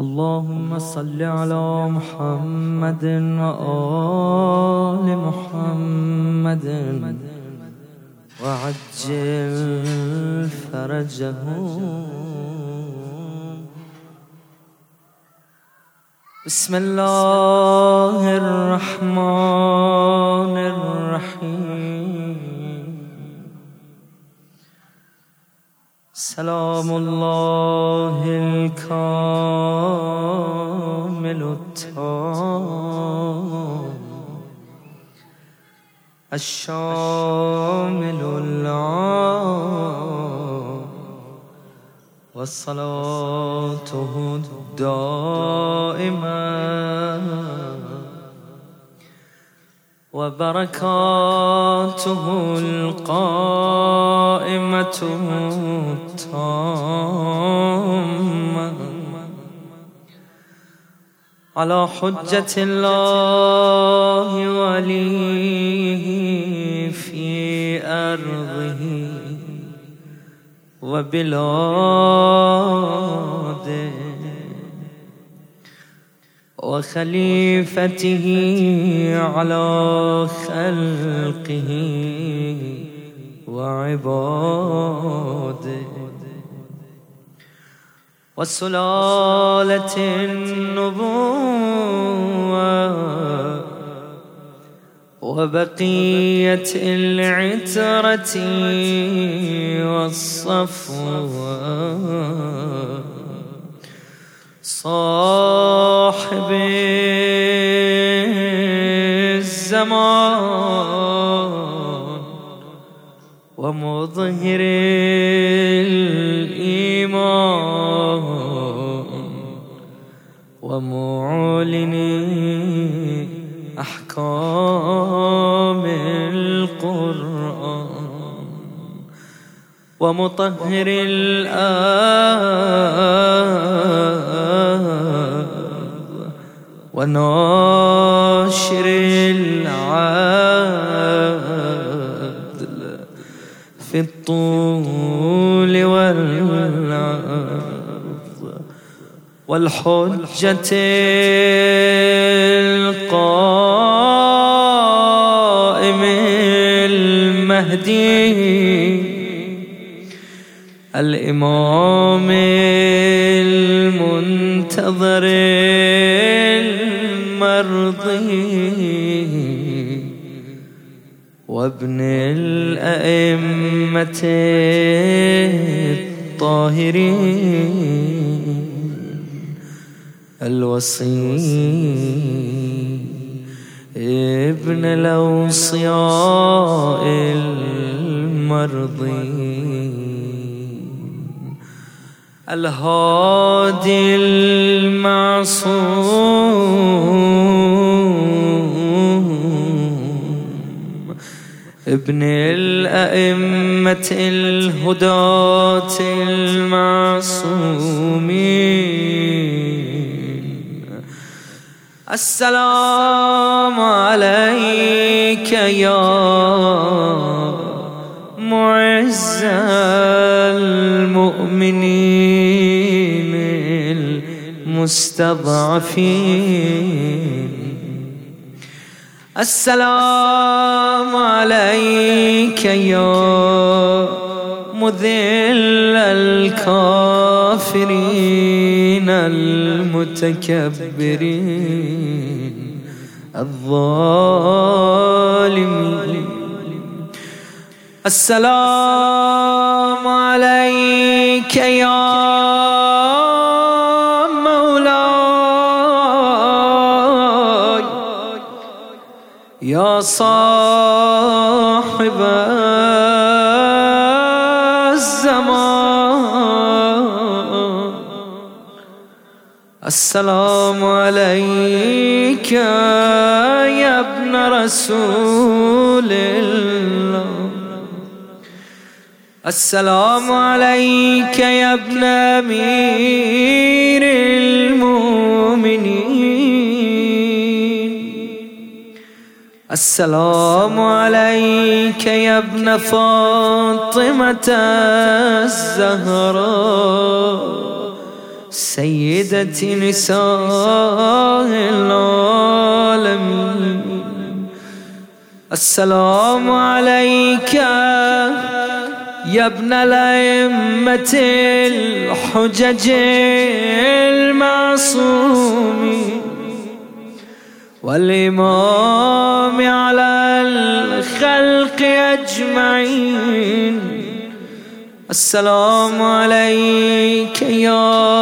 اللهم صل على محمد وآل محمد وعجل فرجهم. بسم الله الرحمن الرحيم. سلام الله الكامل التام الشامل العام وصلاته الدائمة وبركاته القائمة التامة على حجة الله وليه في أرضه وبلاده وخليفته على خلقه وعباده وسلالة النبوة وبقية العترة والصفوة صاحب الزمان ومظهر الإيمان ومعلن أحكام القرآن ومطهر الآب وناشر العدل في الطول والعرض والحجة القائم المهدي الإمام المنتظر المرضي وابن الأئمة الطاهرين الوصي ابن الأوصياء المرضي الهادي المعصوم ابن الأئمة الهداة المعصومين. السلام عليك يا معز المؤمنين المستضعفين. السلام عليك يا مذل الكافرين المتكبرين الظالمين. السلام عليك يا مولاي يا صاحب الزمان. السلام عليك يا ابن رسول الله. السلام عليك يا ابن أمير المؤمنين. السلام عليك يا ابن فاطمة الزهراء سيدة نساء العالمين. السلام عليك يا ابن الأئمة الحجج المعصومين والإمام على الخلق أجمعين. السلام عليك يا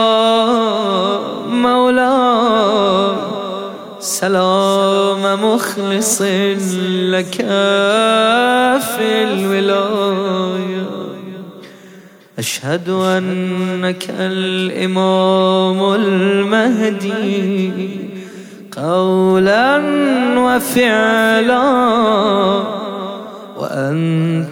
مولاي سلام مخلص لك في الولاية. أشهد أنك الإمام المهدي قولا وفعلا، وأنت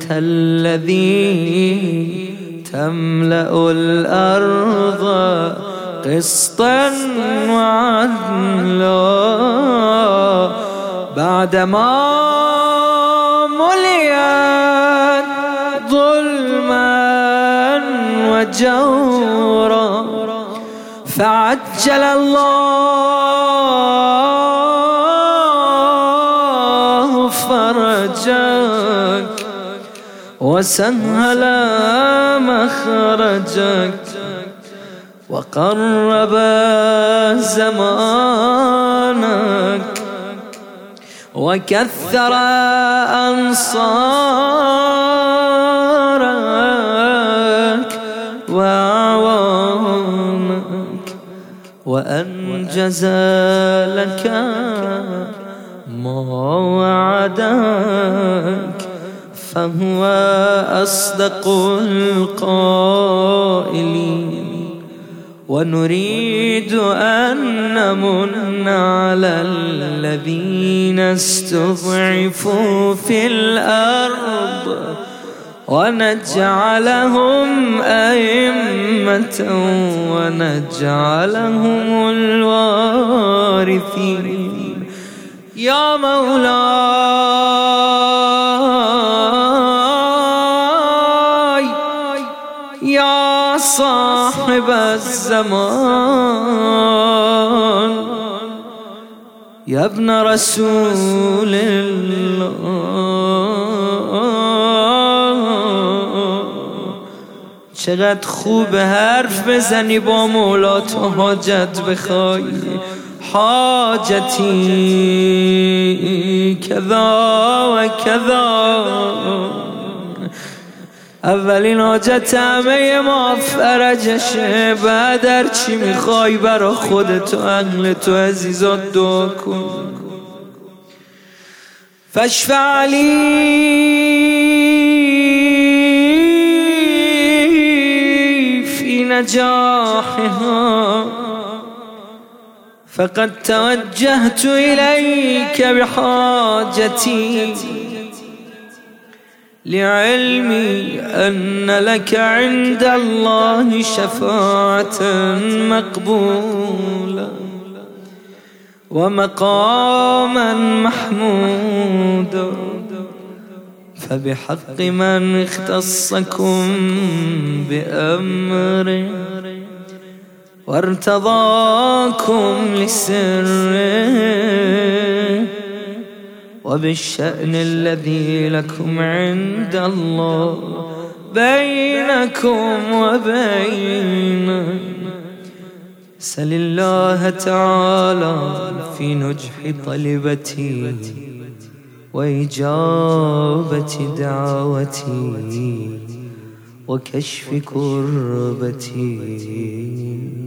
الذي تملأ الأرض قسطا وعدلا بعدما ملئت ظلما وجورا. فعجل الله فرجك وسهل مخرجك وقرب زمانك وكثر أنصارك وأعوانك وأنجز لك ما وعدك، فهو أصدق القائلين. ونريد أن نمن على الذين استضعفوا في الأرض ونجعلهم أئمة ونجعلهم الوارثين. يا مولاي يا صاحب الزمان يا ابن رسول الله، چقدر خوب حرف بزنی با مولا تو حاجت بخوای. حاجتی کذا و کذا، اولین حاجت همه ما فرجشه، بعد هر چی میخوای برا خودت و عقل تو عزیزات دعا کن. فاشفع لی فی نجاحها فقد توجهت إليك بحاجتي لعلمي أن لك عند الله شفاعة مقبولة ومقاما محمودا، فبحق من اختصكم بأمره وارتضاكم لسره وبالشأن الذي لكم عند الله بينكم وبينه، سل الله تعالى في نجح طلبتي وإجابة دعوتي وكشف كربتي.